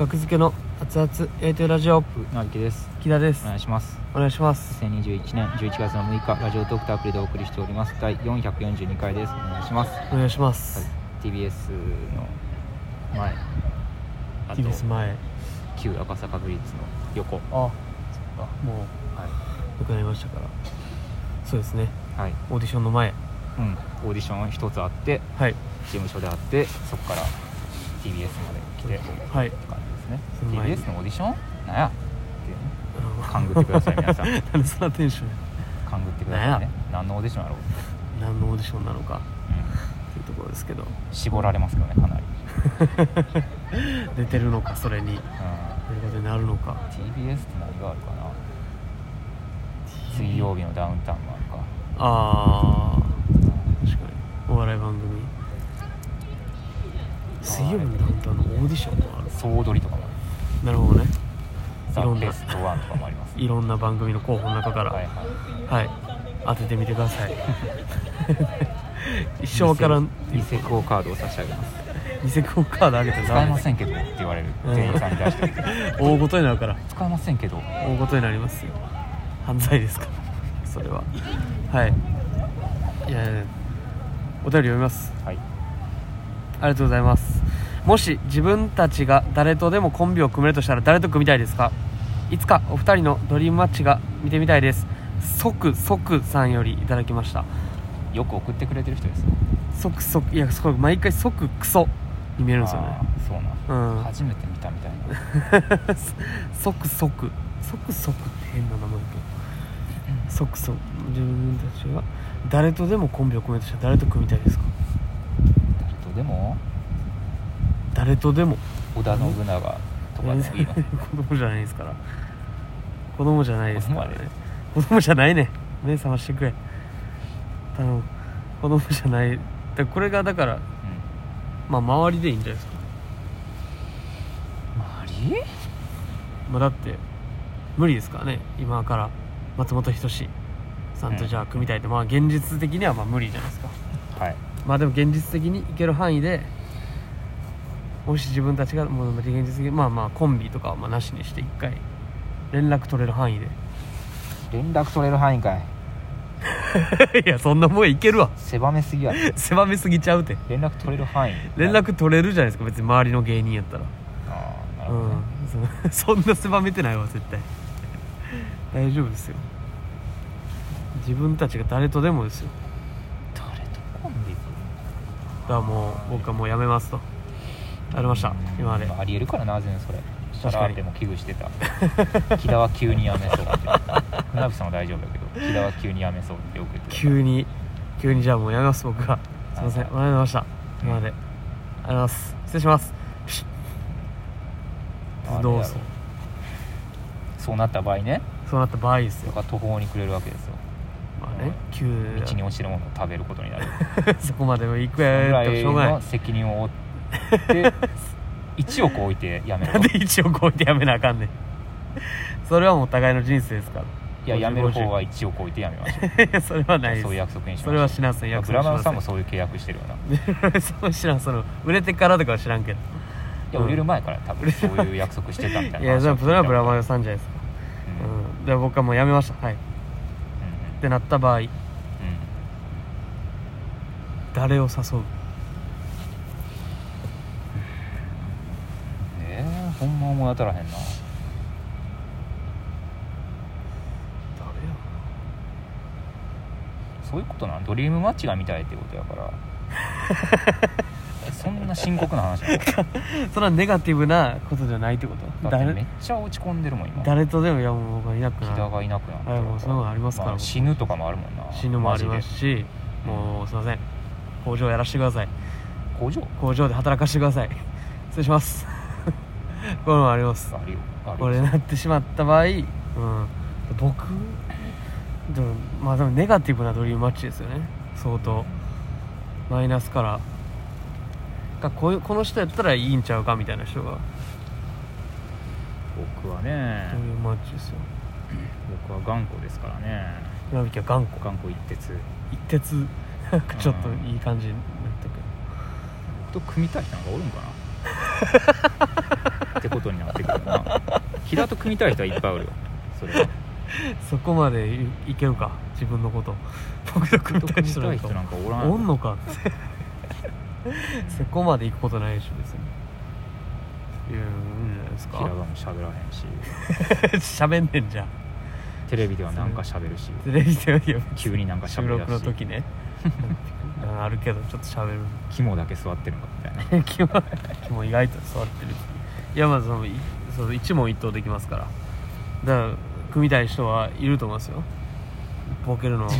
格付けの熱々エーテルラジオなびきです。 木田です。 お願いします。 お願いします。 2021年11月の6日ラジオトークとアプリでお送りしております第442回です。お願いします。 お願いします、 はい、TBS の前、あと TBS 前、 旧赤坂ブリッツの横、 あ、そっか、もう、 はい、 良くなりましたから。そうですね、 はい、 オーディションの前、 オーディション一つあって、 はい、 事務所であって、そこから TBS まで来て、 はい、 って感じですね。 その前に TBS のオーディションなんやっていうね、勘ぐってください皆さん。 なんでそんなテンションや。 勘ぐってくださいね。何のオーディションやろう。 何のオーディションなのか、っていうところですけど、 絞られますけどね、かなり。 出てるのか、それに出ることになるのか。 TBS って何があるかな。水曜日のダウンタウンもあるか。 あー、確かにお笑い番組、水曜日のダウンタウンのオーディションもある。 総踊りとかもある。 なるほどね。 ザ・ベストワンとかもあります。 いろんな番組の候補の中から、 はいはい、当ててみてください。一生わからん。 ニセコカードを差し上げます。 ニセコカードあげて使えませんけどって言われる店員さんに対して、 大ごとになるから。 使えませんけど、 大ごとになりますよ。犯罪ですからそれは。はい、いやいや、お便り読みます。 はい、 ありがとうございます。もし自分たちが誰とでもコンビを組めるとしたら誰と組みたいですか？いつかお二人のドリームマッチが見てみたいです。即さんよりいただきました。 よく送ってくれてる人です。 いや、すごい毎回即クソに見えるんですよね。 そうなん、初めて見たみたいな。 即って変な名前だけど、自分たちが誰とでもコンビを組めるとしたら誰と組みたいですか？誰とでも織田信長とかでもいいの？ 子供じゃないですから。子供じゃないですからね。 子供じゃないね。目覚ましてくれ。頼む。子供じゃない。これがだから、まあ周りでいいんじゃないですか。 周り？ まあだって無理ですからね。今から松本人志さんとじゃあ組みたいって、まあ現実的にはまあ無理じゃないですか。 はい。 まあでも現実的にいける範囲で、もし自分たちがもう現実的にまあコンビとかはまあなしにして一回連絡取れる範囲で。 連絡取れる範囲かい。 いや、そんなもんいけるわ。 狭めすぎやろ。 狭めすぎちゃうて。 連絡取れる範囲。 連絡取れるじゃないですか、別に周りの芸人やったら。 ああ、なるほどね。 そんな狭めてないわ絶対。大丈夫ですよ。自分たちが誰とでもですよ。 誰とコンビ？ だからもう僕はもうやめますと。やりました、今まで。 ありえるからな、全然それ。シャラーペも危惧してた。木田は急にやめそうって。船木さんは大丈夫だけど、木田は急にやめそうってよく言ってた。 急にじゃあもうやめます僕が。すいません、やめました。今まで。ありがとうございます。失礼します。どうぞ。そうなった場合ね。 そうなった場合ですよ。 途方に暮れるわけですよ。 まあね、 道に落ちるものを食べることになる。 そこまで行くやったらしょうがない。 の責任を負って1億置いてやめる。 なんで1億置いてやめなあかんねん。それはもうお互いの人生ですから。 いや、やめる方は1億置いてやめましょう。 それはないです。 そういう約束にしましょう。 それはしなさい。約束しなさい。ブラマヨさんもそういう契約してるよな。 そう知らん。売れてからとかは知らんけど、 いや、売れる前から多分そういう約束してたみたいな。 いや、それはブラマヨさんじゃないですか。で僕はもうやめました。はい、ってなった場合、誰を誘う？ ほんま思い当たらへんな。 誰や？ そういうことなん？ドリームマッチが見たいってことやからそんな深刻な話なの？ そんなネガティブなことじゃないってこと？ だってめっちゃ落ち込んでるもん今。 誰とでも、いやもう僕がいなくなる。 木田がいなくなったら、 もうそういうのありますから、 死ぬとかもあるもんな。 死ぬもありますし、もうすいません、工場やらせてください。工場で働かせてください。失礼します。これもあります。これなってしまった場合、僕でもまあでもネガティブなドリームマッチですよね。相当マイナスからこの人やったらいいんちゃうかみたいな人が。 僕はね、 ドリームマッチですよ。 僕は頑固ですからね。 船引きは頑固一徹。なんかちょっといい感じになったけど、 僕と組みたい人なんかおるんかなってことに木田と組みたい人はいっぱいおるよそれは。 そこまでいけるか自分のこと僕と組みたい人なんかおらんおんのかってそこまで行くことないでしょ別に。いやいいんじゃないですか。 木田がもう喋らへんし喋んねんじゃん。 テレビではなんか喋るしテレビでは急になんか収喋るし録の時ねあるけどちょっと喋る肝だけ座ってるのかみたいな気も意外と座ってる。いやまずその一問一答できますから。だから組みたい人はいると思いますよボケるの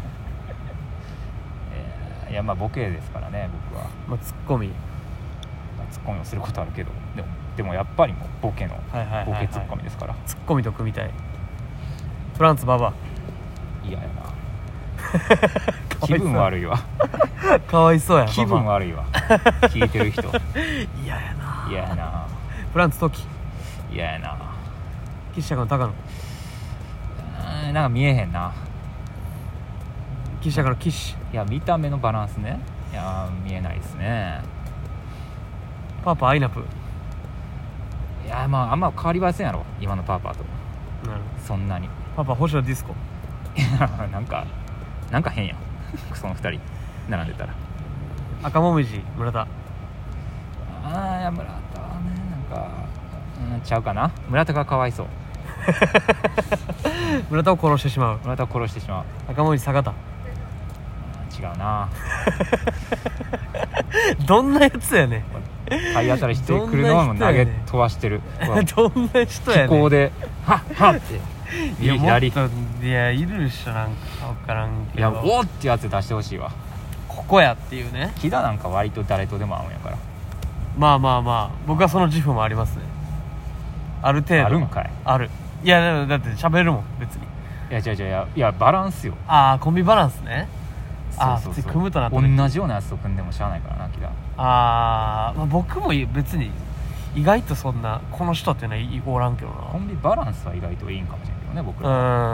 いやまあボケですからね僕は。 まあツッコミツッコミをすることあるけどでもやっぱりもうボケのボケツッコミですから。 ツッコミと組みたい。フランツババ嫌やな気分悪いわかわいそうや気分悪いわ聞いてる人嫌やな。 嫌やなフランツトキ嫌やな。 岸坂の高野なんか見えへんな。 岸坂の岸いや見た目のバランスね。いや見えないですね。 パーパーアイナプいやまああんま変わりませんやろ今のパーパーとなるそんなにパーパー星野ディスコなんか変やんその2人並んでたら。 赤もみじ村田いや村田はねなんか、ちゃうかな。村田がかわいそう村田を殺してしまう。 村田を殺してしまう。 赤もみじ坂田違うなどんなやつやねん体当たりしてくるのはもう投げ飛ばしてるどんな人やねん。 気候でハッハッっていや左もっといやいるでしょなんか分からんけど。 いやおーってやつ出してほしいわ。 ここやっていうね。 木田なんか割と誰とでも合うんやから。 まあ僕はその自負もありますね。ある程度あるんかい。 ある。いやでもだって喋るもん別に。 いやバランスよ。 ああコンビバランスね。 そう普通に組むとなったら同じようなやつと組んでもしゃあないからな木田。 まあ、僕も別に意外とそんなこの人っていうのはおらんけどな。 コンビバランスは意外といいんかもしれんけどね僕ら。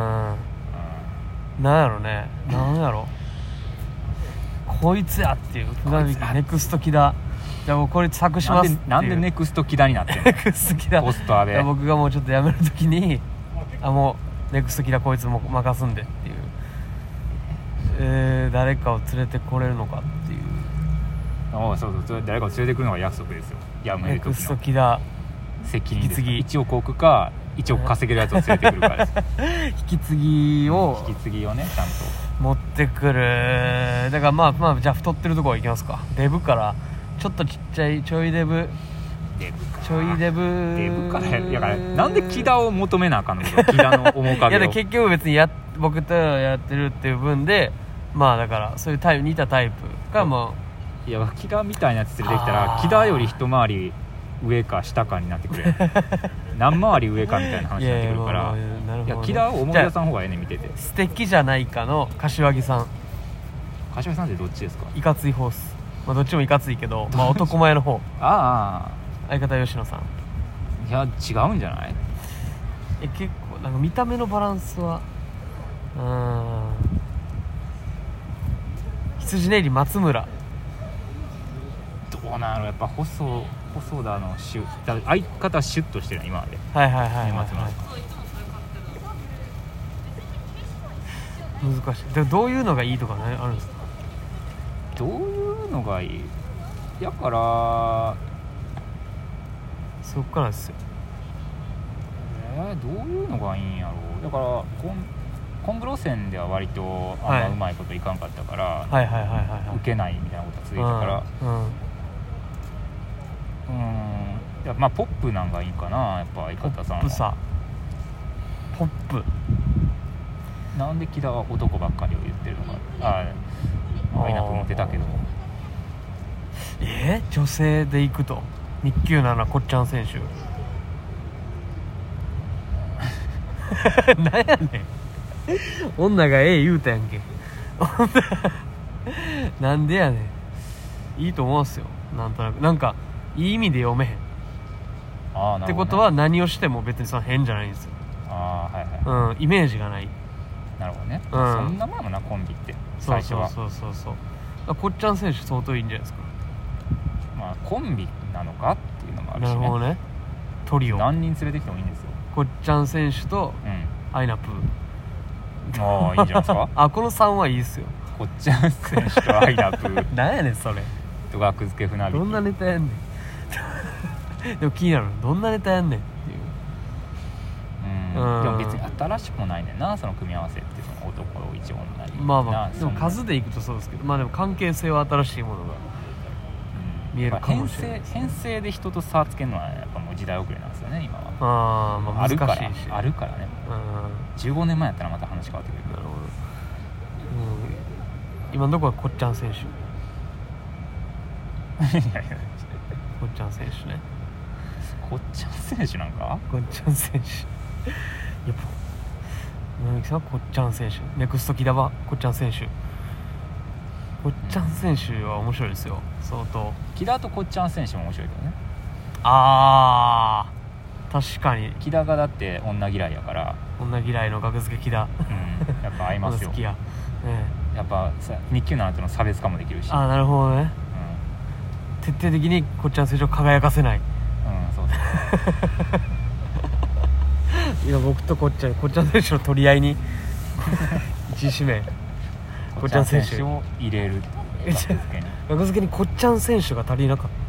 なんやろね。なんやろこいつやっていう船引きネクスト木田。じゃあもうこれ作しますっていう。 なんでネクスト木田になってんのネクスト木田ポスターで。 僕がもうちょっとやめるときにもうネクスト木田こいつも任すんでっていう、誰かを連れてこれるのかっていう。 そう誰かを連れてくるのが約束ですよ。やめネクストる時の木田責任です。 引き継ぎ 1億置くか1億稼げるやつを連れてくるからです引き継ぎを引き継ぎをねちゃんと持ってくる。だからまあじゃあ太ってるところ行きますか。デブからちょっとちっちゃいちょいデブちょいデブからやからなんで木田を求めなあかんの木田の面影をいや結局別に僕とやってるっていう分でまあだからそういう似たタイプがもいや木田みたいなやつ連れてきたら木田より一回り上か下かになってくるやん何回り上かみたいな話になってくるからいや木田を思い出さん方がええねん見てて。 素敵じゃないかの柏木さん。 柏木さんってどっちですか。 いかついホース、まあ、どっちもいかついけど、まあ、男前の方あ相方吉野さん。 いや違うんじゃない。 結構なんか見た目のバランスは羊ねり松村どうなんやろ。やっぱ細田のシュッ相方はシュッとしてる今まで。 はい松村難しい。でどういうのがいいとかねあるんですか。 どういうのがいい。だからそっからですよ。 どういうのがいいんやろう。だから昆布路線では割とあんまうまいこといかんかったから、受けないみたいなことが続いたからいやまあポップなんがいいかなやっぱ相方さんは。 ポップなんで木田は男ばっかりを言ってるのか。アイナップ持ってたけど女性で行くと日給7こっちゃん選手なんやねん女が言うたやんけなんでやねん。いいと思うんすよ。なんとなくなんかいい意味で読めへんってことは何をしても別にその変じゃないんですよ。イメージがない。 なるほどね、そんなもんもなコンビって最初は。 そうこっちゃん選手相当いいんじゃないですか。 まあコンビなのかっていうのもあるしね。 なるほどね。トリオ何人連れてきてもいいんですよこっちゃん選手とアイナプー。 ああいいんじゃないですかあ、この3はいいっすよ。 こっちゃん選手とアイナプーなんやねんそれ。 と学付け船引き。 どんなネタやんねんでも気になる、どんなネタやんねんっていう。 でも別に新しくもないねんな、その組み合わせって、その男一女に。 まあまあでも数でいくとそうですけど、まあでも関係性は新しいものが見えるかもしれない、 編成で人と差つけるのはやっぱもう時代遅れなんですよね今は。 まあ難しいし、 あるからね。15年前やったらまた話変わってくる。なるほど。 今のところはこっちゃん選手いやいやこっちゃん選手ね。 こっちゃん選手なんか。 こっちゃん選手やっぱ何さこっちゃん選手、ネクストキダバこっちゃん選手、こっちゃん選手は面白いですよ相当。 木田とこっちゃん選手も面白いけどね。 確かに木田がだって女嫌いやから、 女嫌いの学付け木田、 やっぱ合いますよ。 好きや、 やっぱ日給なんての差別化もできるし。 なるほどね、徹底的にこっちゃん選手を輝かせない。 そうそう今僕とこっちゃん選手の取り合いに1位指名こっちゃん選手を入れる。 学付けにこっちゃん選手が足りなかった。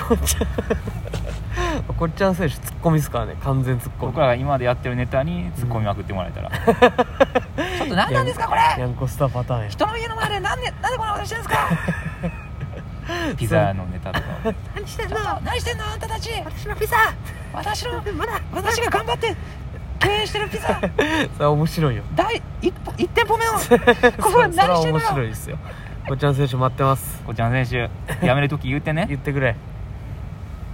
こっちゃん選手ツッコミですからね、完全ツッコミ。 僕らが今までやってるネタにツッコミまくってもらえたら、ちょっと何なんですかこれ、 ヤンコスターパターンや。 人の家の前でなんでこんなことしてるんですかピザのネタとか何してんのあんたたち、私のピザ、私が頑張って経営してるピザそれ面白いよ。1店舗目のこれ何してんのよ。それは面白いですよ。こっちゃん選手待ってます。 こっちゃん選手辞めるとき言ってね言ってくれ。